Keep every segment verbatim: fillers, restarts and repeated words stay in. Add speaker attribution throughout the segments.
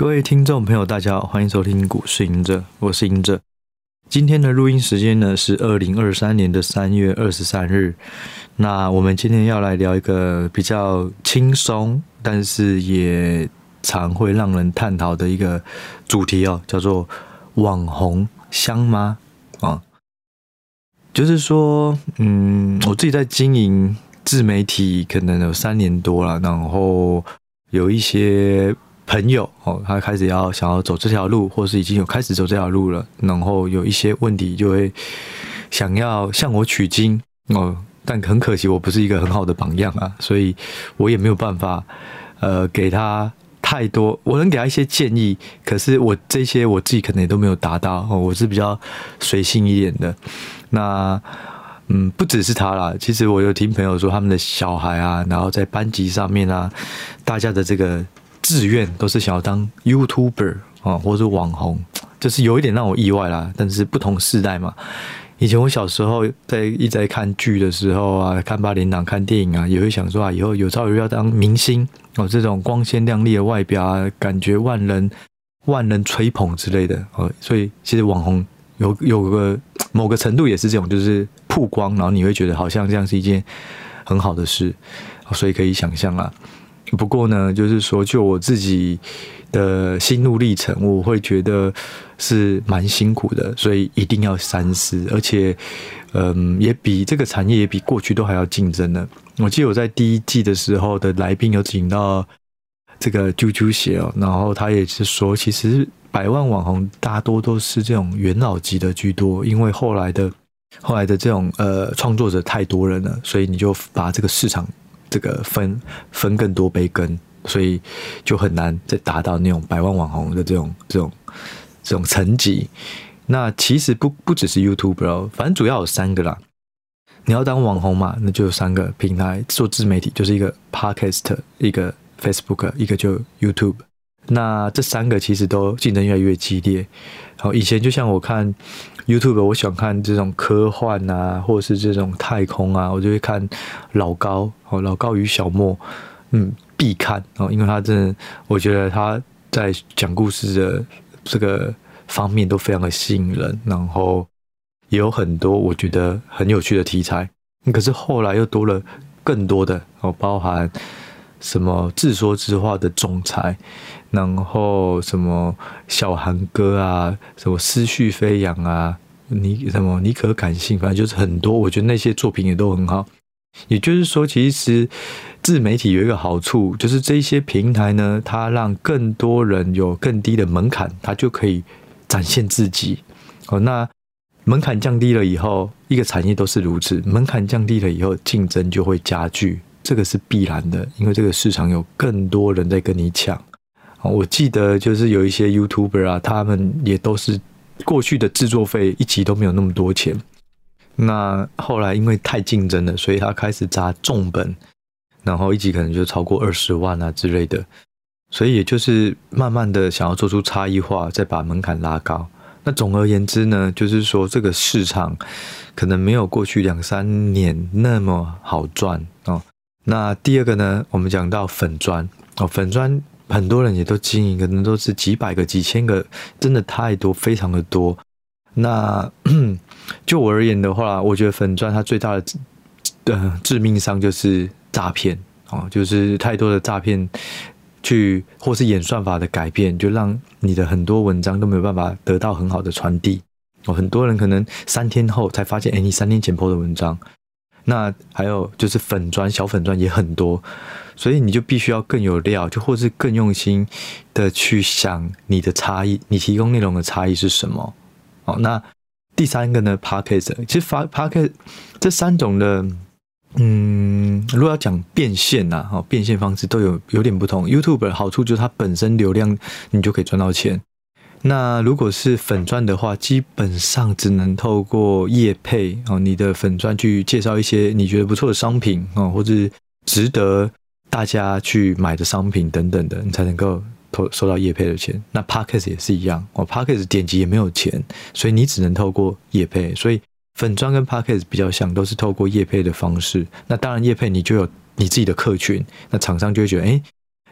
Speaker 1: 各位听众朋友，大家好，欢迎收听股市赢者，我是赢者。今天的录音时间呢是二零二三年的三月二十三日。那我们今天要来聊一个比较轻松，但是也常会让人探讨的一个主题哦，叫做网红香吗？啊，就是说，嗯，我自己在经营自媒体可能有三年多了，然后有一些朋友哦，他开始要想要走这条路，或是已经有开始走这条路了，然后有一些问题就会想要向我取经哦，但很可惜我不是一个很好的榜样啊，所以我也没有办法呃给他太多，我能给他一些建议，可是我这些我自己可能也都没有达到哦，我是比较随性一点的。那嗯，不只是他啦，其实我有听朋友说他们的小孩啊，然后在班级上面啊，大家的这个志愿都是想要当 YouTuber 啊，或者网红，就是有一点让我意外啦。但是不同世代嘛，以前我小时候在一直在看剧的时候啊，看八点档、看电影啊，也会想说啊，以后有朝一日要当明星哦，这种光鲜亮丽的外表啊，感觉万人万人吹捧之类的哦。所以其实网红有有个某个程度也是这种，就是曝光，然后你会觉得好像这样是一件很好的事，所以可以想象啦。不过呢，就是说，就我自己的心路历程，我会觉得是蛮辛苦的，所以一定要三思。而且，嗯，也比这个产业也比过去都还要竞争的。我记得我在第一季的时候的来宾有请到这个啾啾鞋哦，然后他也是说，其实百万网红大多都是这种元老级的居多，因为后来的后来的这种呃创作者太多人了，所以你就把这个市场这个分分更多杯羹，所以就很难再达到那种百万网红的这种这种这种层级。那其实不不只是 YouTuber 哦，反正主要有三个啦。你要当网红嘛，那就有三个平台做自媒体，就是一个 Podcast， 一个 Facebook， 一个就 YouTube。那这三个其实都竞争越来越激烈。然后以前就像我看 YouTube， 我喜欢看这种科幻啊，或者是这种太空啊，我就会看老高哦，老高与小莫，嗯，必看哦，因为他真的，我觉得他在讲故事的这个方面都非常的吸引人，然后也有很多我觉得很有趣的题材。可是后来又多了更多的哦，包含什么自说自话的总裁，然后什么小韩哥啊，什么思绪飞扬啊，你什么你可感性，反正就是很多，我觉得那些作品也都很好。也就是说，其实自媒体有一个好处，就是这些平台呢，它让更多人有更低的门槛，它就可以展现自己。哦，那门槛降低了以后，一个产业都是如此，门槛降低了以后，竞争就会加剧。这个是必然的，因为这个市场有更多人在跟你抢。我记得就是有一些 YouTuber 啊，他们也都是过去的制作费一集都没有那么多钱，那后来因为太竞争了，所以他开始砸重本，然后一集可能就超过二十万啊之类的，所以也就是慢慢的想要做出差异化，再把门槛拉高。那总而言之呢，就是说这个市场可能没有过去两三年那么好赚哦。那第二个呢，我们讲到粉专哦，粉专很多人也都经营，可能都是几百个、几千个，真的太多，非常的多。那就我而言的话，我觉得粉专它最大的呃致命伤就是诈骗哦，就是太多的诈骗去，或是演算法的改变，就让你的很多文章都没有办法得到很好的传递哦。很多人可能三天后才发现，哎，你三天前 po 的文章。那还有就是粉专小粉专也很多，所以你就必须要更有料，就或是更用心的去想你的差异，你提供内容的差异是什么。好，那第三个呢 Podcast， 其实 Podcast 这三种的嗯，如果要讲变现啊，变现方式都有有点不同。 YouTube 的好处就是它本身流量你就可以赚到钱，那如果是粉专的话，基本上只能透过业配哦，你的粉专去介绍一些你觉得不错的商品哦，或者值得大家去买的商品等等的，你才能够收到业配的钱。那 Podcast 也是一样哦 ，Podcast 点击也没有钱，所以你只能透过业配。所以粉专跟 Podcast 比较像，都是透过业配的方式。那当然业配你就有你自己的客群，那厂商就会觉得，哎，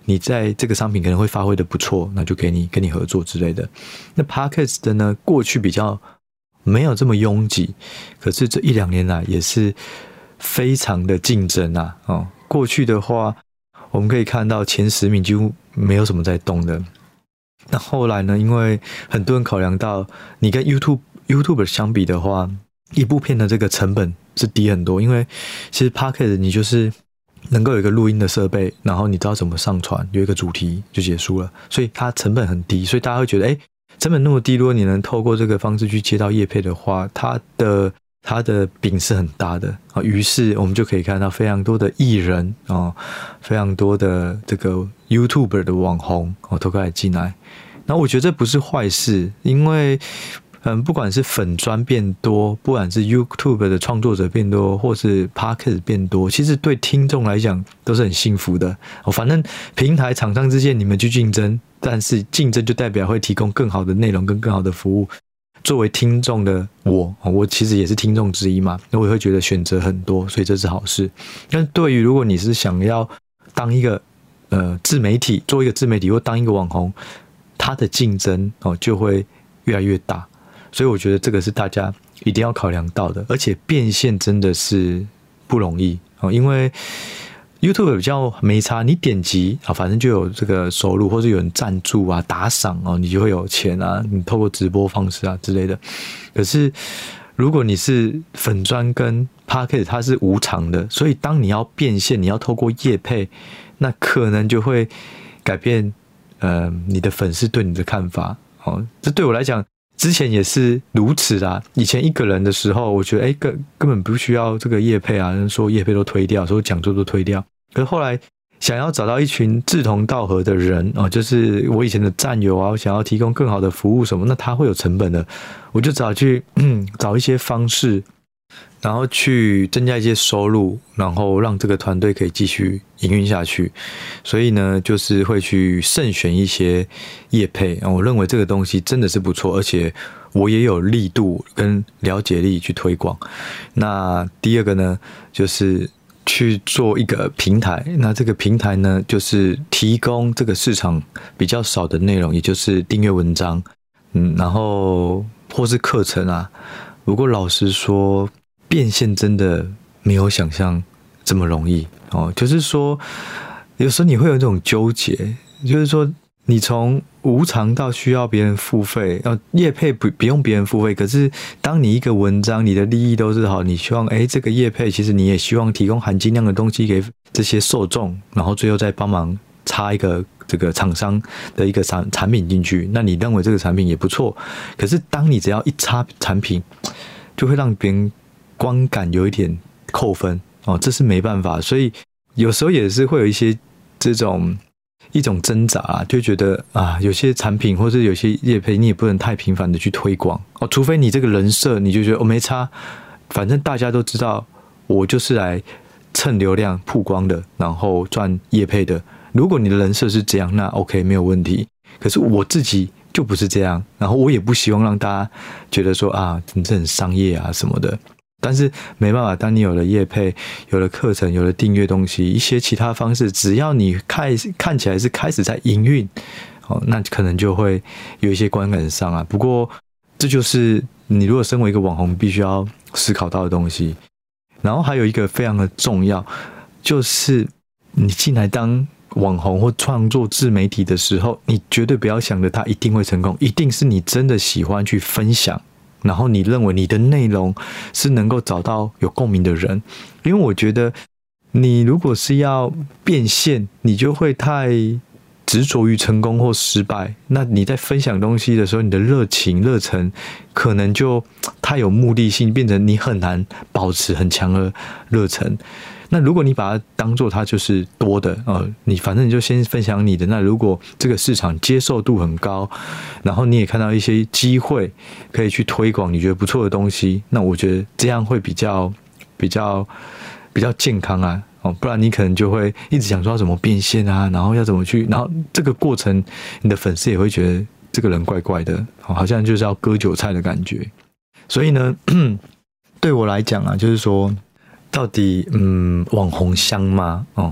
Speaker 1: 你在这个商品可能会发挥的不错，那就给你跟你合作之类的。那 Podcast 的呢，过去比较没有这么拥挤，可是这一两年来也是非常的竞争啊。哦，过去的话，我们可以看到前十名几乎没有什么在动的。那后来呢，因为很多人考量到你跟 YouTube YouTube 相比的话，一部片的这个成本是低很多，因为其实 Podcast 你就是能够有一个录音的设备，然后你知道怎么上传，有一个主题就结束了，所以它成本很低，所以大家会觉得，哎，成本那么低，如果你能透过这个方式去接到业配的话，它的它的饼是很大的啊。于是我们就可以看到非常多的艺人啊，非常多的这个 YouTuber 的网红哦都开始进来。那我觉得这不是坏事，因为嗯，不管是粉专变多，不管是 YouTube 的创作者变多，或是 Podcast 变多，其实对听众来讲都是很幸福的。哦，反正平台厂商之间你们去竞争，但是竞争就代表会提供更好的内容跟更好的服务。作为听众的我，我其实也是听众之一嘛，我也会觉得选择很多，所以这是好事。但对于如果你是想要当一个呃自媒体，做一个自媒体或当一个网红，它的竞争哦就会越来越大。所以我觉得这个是大家一定要考量到的，而且变现真的是不容易哦，因为 YouTube 比较没差，你点击啊，反正就有这个收入，或者有人赞助啊、打赏哦，你就会有钱啊，你透过直播方式啊之类的。可是如果你是粉专跟 Podcast， 它是无偿的，所以当你要变现，你要透过业配，那可能就会改变呃你的粉丝对你的看法哦。这对我来讲，之前也是如此啦。以前一个人的时候，我觉得哎，根根本不需要这个业配啊，说业配都推掉，说讲座都推掉。可是后来想要找到一群志同道合的人哦，就是我以前的战友啊，我想要提供更好的服务什么，那他会有成本的，我就找去嗯找一些方式，然后去增加一些收入，然后让这个团队可以继续营运下去。所以呢，就是会去慎选一些业配，我认为这个东西真的是不错，而且我也有力度跟了解力去推广。那第二个呢，就是去做一个平台，那这个平台呢，就是提供这个市场比较少的内容，也就是订阅文章，嗯，然后或是课程啊。不过老实说，变现真的没有想象这么容易哦。就是说，有时候你会有这种纠结，就是说，你从无偿到需要别人付费，要业配不不用别人付费，可是当你一个文章你的利益都是好，你希望哎这个业配其实你也希望提供含金量的东西给这些受众，然后最后再帮忙插一个这个厂商的一个产产品进去，那你认为这个产品也不错，可是当你只要一插产品，就会让别人观感有一点扣分哦，这是没办法，所以有时候也是会有一些这种。一种挣扎啊，就觉得啊，有些产品或是有些业配，你也不能太频繁的去推广哦，除非你这个人设，你就觉得哦没差，反正大家都知道我就是来蹭流量曝光的，然后赚业配的。如果你的人设是这样，那 OK 没有问题。可是我自己就不是这样，然后我也不希望让大家觉得说啊，你这很商业啊什么的。但是没办法，当你有了业配，有了课程，有了订阅东西，一些其他方式，只要你看看起来是开始在营运，哦，那可能就会有一些观感上啊。不过这就是你如果身为一个网红必须要思考到的东西。然后还有一个非常的重要，就是你进来当网红或创作自媒体的时候，你绝对不要想着它一定会成功，一定是你真的喜欢去分享。然后你认为你的内容是能够找到有共鸣的人，因为我觉得你如果是要变现，你就会太执着于成功或失败。那你在分享东西的时候，你的热情热忱可能就太有目的性，变成你很难保持很强的热忱。那如果你把它当作它就是多的，呃，你反正你就先分享你的。那如果这个市场接受度很高，然后你也看到一些机会可以去推广你觉得不错的东西，那我觉得这样会比较比较比较健康啊。哦，不然你可能就会一直想说要怎么变现啊，然后要怎么去，然后这个过程你的粉丝也会觉得这个人怪怪的，好像就是要割韭菜的感觉。所以呢，对我来讲啊，就是说。到底嗯，网红香吗？哦，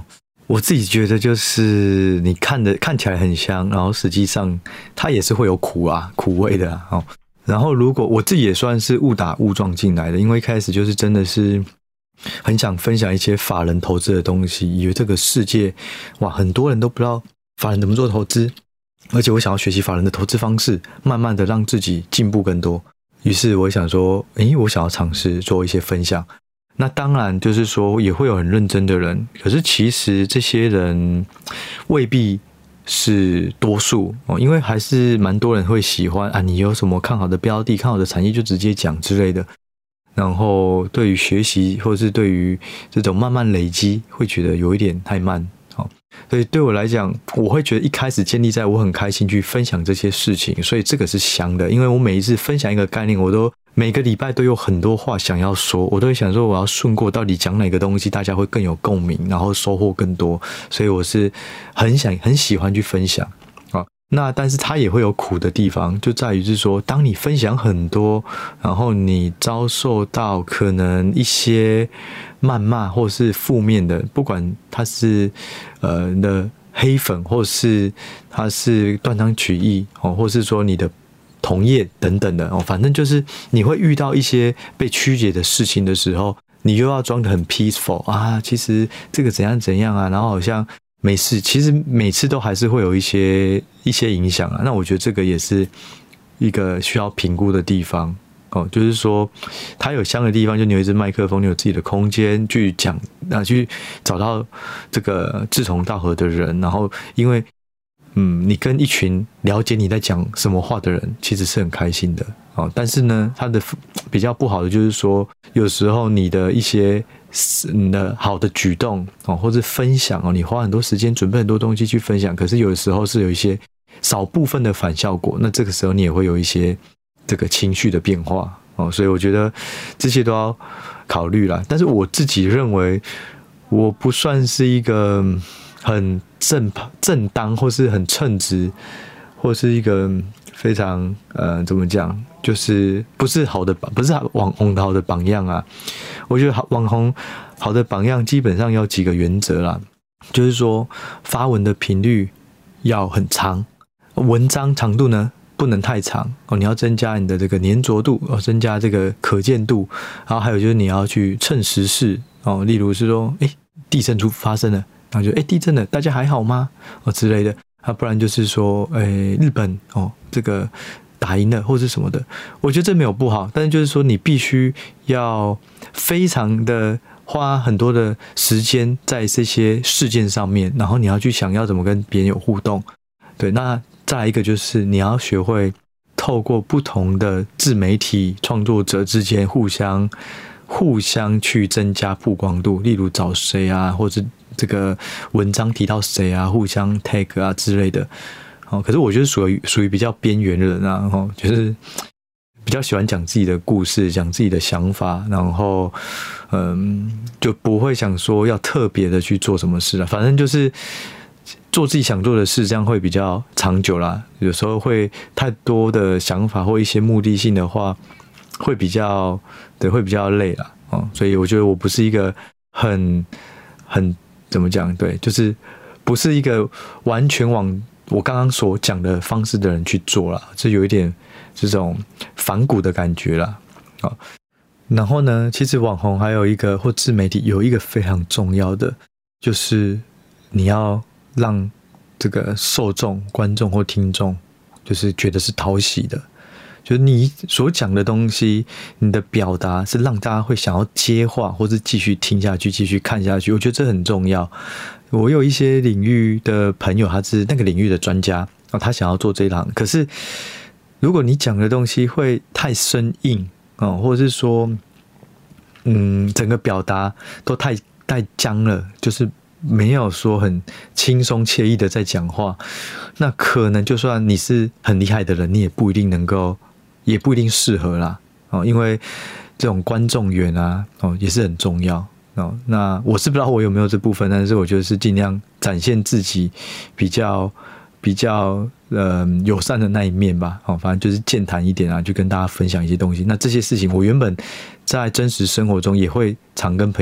Speaker 1: 我自己觉得就是你看的看起来很香，然后实际上它也是会有苦啊苦味的啊。哦，然后如果我自己也算是误打误撞进来的，因为一开始就是真的是很想分享一些法人投资的东西，以为这个世界哇很多人都不知道法人怎么做投资，而且我想要学习法人的投资方式，慢慢的让自己进步更多。于是我想说，诶，我想要尝试做一些分享。那当然就是说也会有很认真的人，可是其实这些人未必是多数哦，因为还是蛮多人会喜欢啊，你有什么看好的标的、看好的产业就直接讲之类的。然后对于学习或者是对于这种慢慢累积，会觉得有一点太慢。所以对我来讲，我会觉得一开始建立在我很开心去分享这些事情，所以这个是香的。因为我每一次分享一个概念，我都每个礼拜都有很多话想要说，我都会想说我要顺过到底讲哪个东西大家会更有共鸣，然后收获更多。所以我是很想很喜欢去分享啊。那但是它也会有苦的地方，就在于是说，当你分享很多，然后你遭受到可能一些谩骂或是负面的，不管它是呃你的黑粉，或是它是断章取义哦，或是说你的同业等等的哦，反正就是你会遇到一些被曲解的事情的时候，你又要装得很 peaceful 啊，其实这个怎样怎样啊，然后好像没事，其实每次都还是会有一些一些影响啊。那我觉得这个也是一个需要评估的地方。哦，就是说，它有香的地方，就你有一支麦克风，你有自己的空间去讲，啊，去找到这个志同道合的人，然后因为，嗯，你跟一群了解你在讲什么话的人，其实是很开心的哦。但是呢，它的比较不好的就是说，有时候你的一些你的好的举动哦，或者分享哦，你花很多时间准备很多东西去分享，可是有的时候是有一些少部分的反效果，那这个时候你也会有一些这个情绪的变化哦，所以我觉得这些都要考虑啦。但是我自己认为，我不算是一个很正正当或是很称职，或是一个非常呃怎么讲，就是不是好的不是网红好的榜样啊。我觉得好网红好的榜样基本上要几个原则啦，就是说发文的频率要很长，文章长度呢不能太长哦，你要增加你的这个粘着度哦，增加这个可见度，然后还有就是你要去趁时事哦，例如是说，哎，地震出发生了，然后就哎地震了，大家还好吗？哦之类的，啊，不然就是说，哎，日本哦这个打赢了或是什么的，我觉得这没有不好，但是就是说你必须要非常的花很多的时间在这些事件上面，然后你要去想要怎么跟别人有互动，对，那。再来一个就是你要学会透过不同的自媒体创作者之间互相互相去增加曝光度，例如找谁啊，或者这个文章提到谁啊，互相 tag 啊之类的。哦，可是我觉得属于属于比较边缘人啊，哦，就是比较喜欢讲自己的故事，讲自己的想法，然后嗯，就不会想说要特别的去做什么事了，反正就是。做自己想做的事，这样会比较长久啦。有时候会太多的想法或一些目的性的话，会比较对，会比较累啦。哦，所以我觉得我不是一个很很怎么讲，对，就是不是一个完全往我刚刚所讲的方式的人去做啦，这有一点这种反骨的感觉啦。哦，然后呢，其实网红还有一个或自媒体有一个非常重要的，就是你要。让这个受众、观众或听众，就是觉得是讨喜的，就是你所讲的东西，你的表达是让大家会想要接话，或是继续听下去、继续看下去。我觉得这很重要。我有一些领域的朋友，他是那个领域的专家，他想要做这一行，可是如果你讲的东西会太生硬哦，或者是说，嗯，整个表达都太太僵了，就是。没有说很轻松惬意的在讲话，那可能就算你是很厉害的人，你也不一定能够，也不一定适合啦哦，因为这种观众缘啊哦也是很重要哦。那我是不知道我有没有这部分，但是我觉得是尽量展现自己比较比较呃友善的那一面吧哦，反正就是健谈一点啊，就跟大家分享一些东西。那这些事情我原本在真实生活中也会常跟朋友。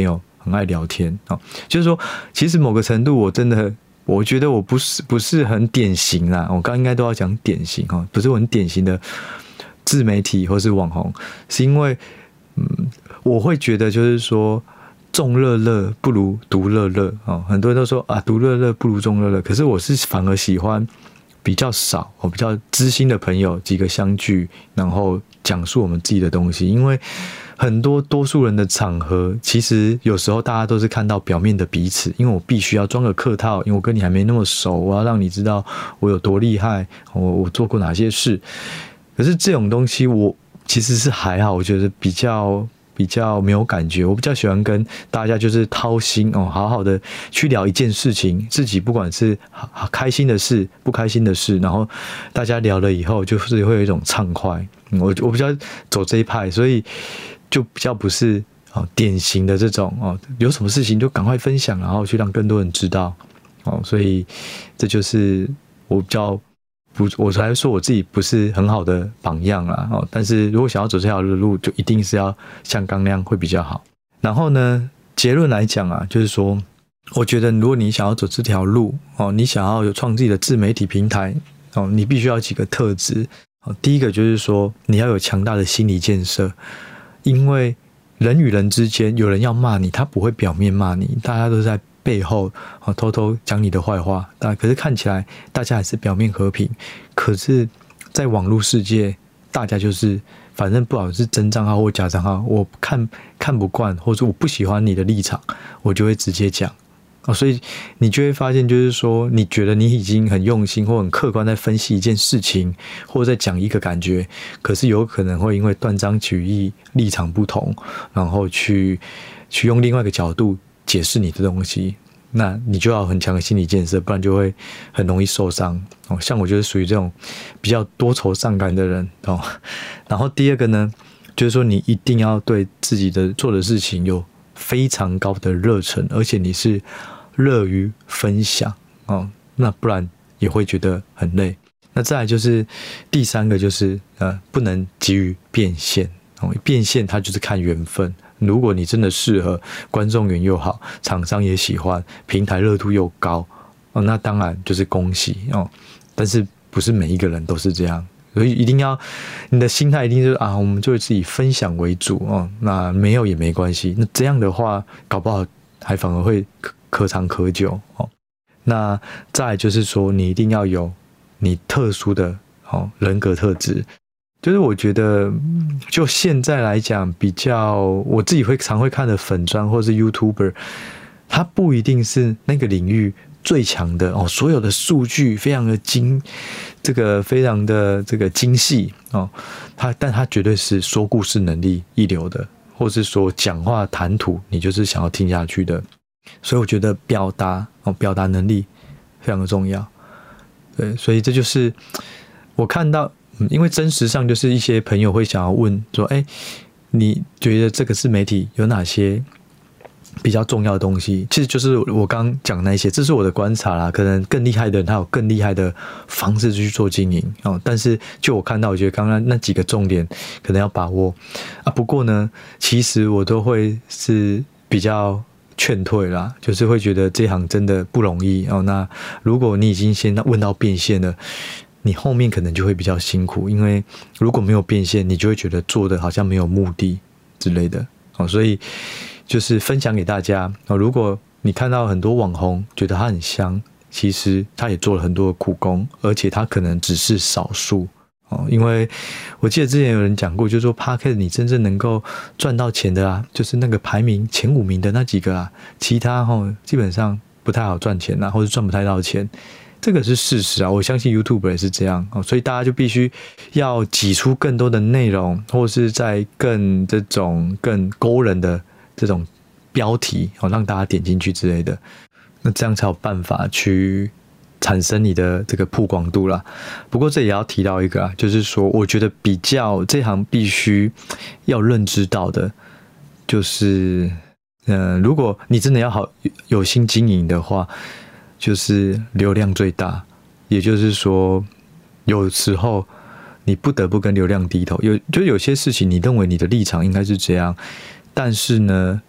Speaker 1: 很爱聊天哦。就是说，其实某个程度，我真的我觉得我不是不是很典型啦。我刚刚应该都要讲典型哦，不是很典型的自媒体或是网红，是因为嗯，我会觉得就是说。众乐乐不如独乐乐哦，很多人都说啊，独乐乐不如众乐乐。可是我是反而喜欢比较少、哦、比较知心的朋友几个相聚，然后讲述我们自己的东西。因为很多多数人的场合，其实有时候大家都是看到表面的彼此。因为我必须要装个客套，因为我跟你还没那么熟，我要让你知道我有多厉害，我我做过哪些事。可是这种东西，我其实是还好，我觉得比较。比较没有感觉，我比较喜欢跟大家就是掏心哦，好好的去聊一件事情，自己不管是开心的事、不开心的事，然后大家聊了以后，就是会有一种畅快。嗯、我我比较走这一派，所以就比较不是哦典型的这种哦，有什么事情就赶快分享，然后去让更多人知道哦，所以这就是我比较。不，我才说我自己不是很好的榜样啦，哦，但是如果想要走这条路，就一定是要像刚那样会比较好。然后呢，结论来讲啊，就是说，我觉得如果你想要走这条路，哦，你想要有创自己的自媒体平台，哦，你必须要有几个特质。哦，第一个就是说，你要有强大的心理建设，因为人与人之间，有人要骂你，他不会表面骂你，大家都是在。背后偷偷讲你的坏话，但可是看起来大家还是表面和平，可是在网络世界，大家就是反正不管是真账号或假账号，我看看不惯或者我不喜欢你的立场，我就会直接讲。所以你就会发现，就是说你觉得你已经很用心或很客观在分析一件事情，或者在讲一个感觉，可是有可能会因为断章取义、立场不同，然后去去用另外一个角度解释你的东西，那你就要很强的心理建设，不然就会很容易受伤。哦，像我就是属于这种比较多愁善感的人哦。然后第二个呢，就是说你一定要对自己的做的事情有非常高的热忱，而且你是乐于分享哦，那不然也会觉得很累。那再来就是第三个，就是呃，不能急于变现哦，变现它就是看缘分。如果你真的适合，观众缘又好，厂商也喜欢，平台热度又高，哦，那当然就是恭喜哦。但是不是每一个人都是这样，所以一定要你的心态一定就是啊，我们就自己分享为主哦。那没有也没关系，那这样的话，搞不好还反而会可长可久哦。那再来就是说，你一定要有你特殊的哦人格特质。就是我觉得，就现在来讲，比较我自己会常会看的粉专或是 YouTuber， 他不一定是那个领域最强的哦，所有的数据非常的精，这个非常的这个精细哦，他但他绝对是说故事能力一流的，或是说讲话谈吐你就是想要听下去的，所以我觉得表达哦，表达能力非常的重要，对，所以这就是我看到。嗯，因为真实上就是一些朋友会想要问说，哎，你觉得这个自媒体有哪些比较重要的东西？其实就是我刚刚讲那些，这是我的观察啦。可能更厉害的人他有更厉害的方式去做经营哦。但是就我看到，我觉得刚刚那几个重点可能要把握啊。不过呢，其实我都会是比较劝退啦，就是会觉得这行真的不容易哦。那如果你已经先问到变现了，你后面可能就会比较辛苦，因为如果没有变现，你就会觉得做的好像没有目的之类的哦。所以就是分享给大家哦。如果你看到很多网红觉得他很香，其实他也做了很多的苦工，而且他可能只是少数哦。因为我记得之前有人讲过，就是说 Podcast 你真正能够赚到钱的啊，就是那个排名前五名的那几个啊，其他哦基本上不太好赚钱啊，或者赚不太到钱。这个是事实啊，我相信 YouTube 也是这样，所以大家就必须要挤出更多的内容，或是在更这种更勾人的这种标题，让大家点进去之类的，那这样才有办法去产生你的这个曝光度啦。不过这也要提到一个啊，就是说我觉得比较这行必须要认知到的，就是呃，如果你真的要好有心经营的话，就是流量最大，也就是说，有时候你不得不跟流量低头。有就有些事情，你认为你的立场应该是这样，但是呢，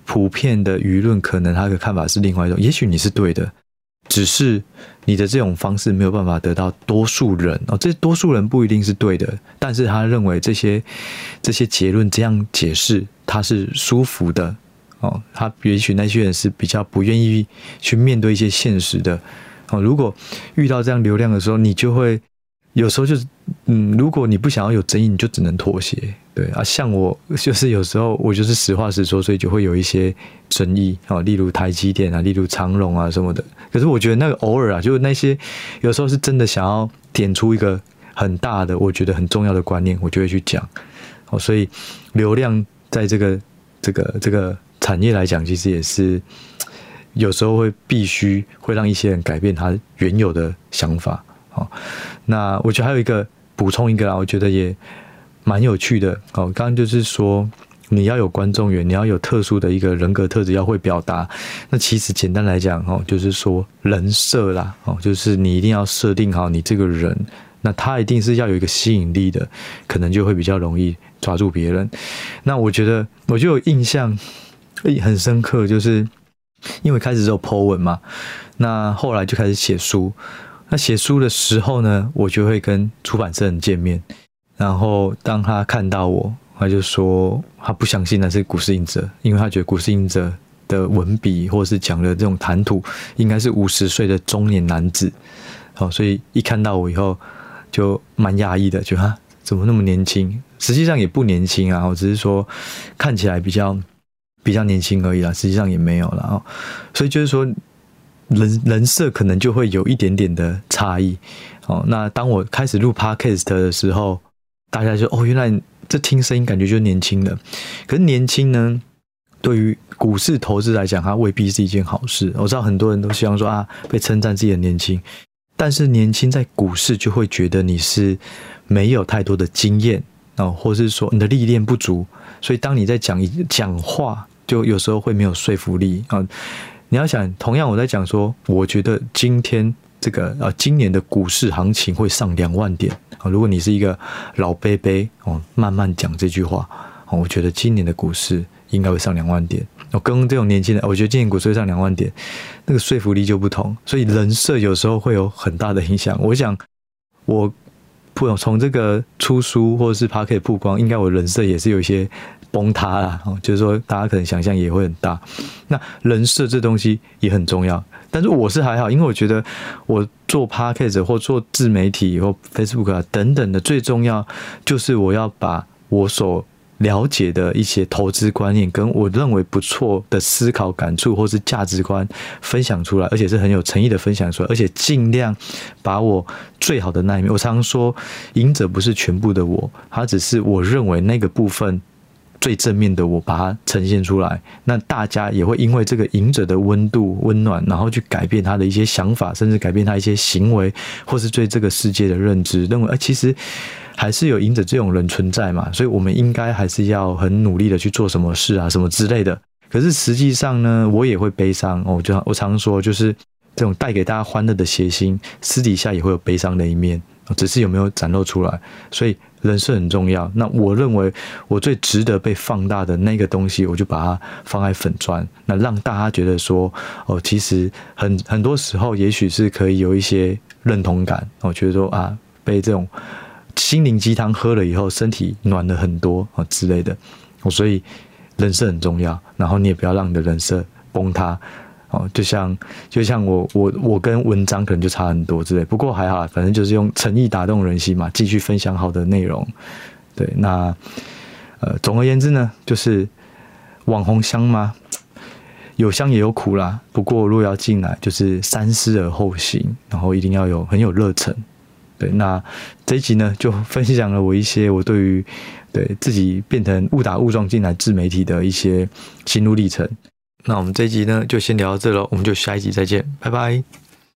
Speaker 1: 普遍的舆论可能他的看法是另外一种，也许你是对的，只是你的这种方式没有办法得到多数人哦，这多数人不一定是对的，但是他认为这些这些结论这样解释他是舒服的哦，他也许那些人是比较不愿意去面对一些现实的哦。如果遇到这样流量的时候，你就会有时候就是嗯，如果你不想要有争议，你就只能妥协。对啊，像我就是有时候我就是实话实说，所以就会有一些争议啊，例如台积电啊，例如长荣啊什么的。可是我觉得那个偶尔啊，就是那些有时候是真的想要点出一个很大的，我觉得很重要的观念，我就会去讲。哦，所以流量在这个这个这个产业来讲，其实也是有时候会必须会让一些人改变他原有的想法。好，那我觉得还有一个补充一个啦，我觉得也蛮有趣的。哦，刚刚就是说你要有观众缘，你要有特殊的一个人格特质，要会表达。那其实简单来讲，哦，就是说人设啦，哦，就是你一定要设定好你这个人，那他一定是要有一个吸引力的，可能就会比较容易抓住别人。那我觉得我就有印象很深刻，就是因为开始只有 po 文嘛，那后来就开始写书。那写书的时候呢，我就会跟出版社人见面，然后当他看到我，他就说他不相信那是古诗隐者，因为他觉得古诗隐者的文笔或是讲的这种谈吐应该是五十岁的中年男子。好，所以一看到我以后就蛮讶异的，觉得他怎么那么年轻，实际上也不年轻啊，我只是说看起来比较比较年轻而已啦，实际上也没有啦。所以就是说人人设可能就会有一点点的差异。哦，那当我开始录 podcast 的时候，大家就哦，原来这听声音感觉就年轻了。可是年轻呢，对于股市投资来讲，它未必是一件好事。我知道很多人都希望说啊，被称赞自己的年轻，但是年轻在股市就会觉得你是没有太多的经验哦，或是说你的历练不足，所以当你在讲讲话，就有时候会没有说服力啊。你要想，同样我在讲说，我觉得今天这个呃今年的股市行情会上两万点啊。如果你是一个老伯伯哦，慢慢讲这句话哦，我觉得今年的股市应该会上两万点。我跟这种年轻人，我觉得今年股市会上两万点，那个说服力就不同。所以人设有时候会有很大的影响。我想我不从这个出书或者是 Podcast 曝光，应该我人设也是有一些崩塌啦，就是说大家可能想象也会很大。那人设这东西也很重要，但是我是还好，因为我觉得我做 Podcast 或做自媒体或 Facebook 啊等等的，最重要就是我要把我所了解的一些投资观念跟我认为不错的思考感触或是价值观分享出来，而且是很有诚意的分享出来，而且尽量把我最好的那一面。我常说赢者不是全部的我，它只是我认为那个部分最正面的我把它呈现出来，那大家也会因为这个赢者的温度温暖，然后去改变他的一些想法，甚至改变他一些行为，或是对这个世界的认知，认为哎，其实还是有赢者这种人存在嘛，所以我们应该还是要很努力的去做什么事啊什么之类的。可是实际上呢，我也会悲伤哦，就我常说，就是这种带给大家欢乐的谐星，私底下也会有悲伤的一面，只是有没有展露出来。所以人设很重要。那我认为我最值得被放大的那个东西，我就把它放在粉专，那让大家觉得说，哦，其实很很多时候也许是可以有一些认同感。我觉得说啊，被这种心灵鸡汤喝了以后，身体暖了很多啊之类的。所以人设很重要，然后你也不要让你的人设崩塌。哦，就像就像我我我跟文章可能就差很多之类，不过还好，反正就是用诚意打动人心嘛，继续分享好的内容。对，那呃，总而言之呢，就是网红香吗？有香也有苦啦。不过如果要进来，就是三思而后行，然后一定要有很有热忱。对，那这一集呢，就分享了我一些我对于对自己变成误打误撞进来自媒体的一些心路历程。那我们这一集呢，就先聊到这咯，我们就下一集再见，拜拜。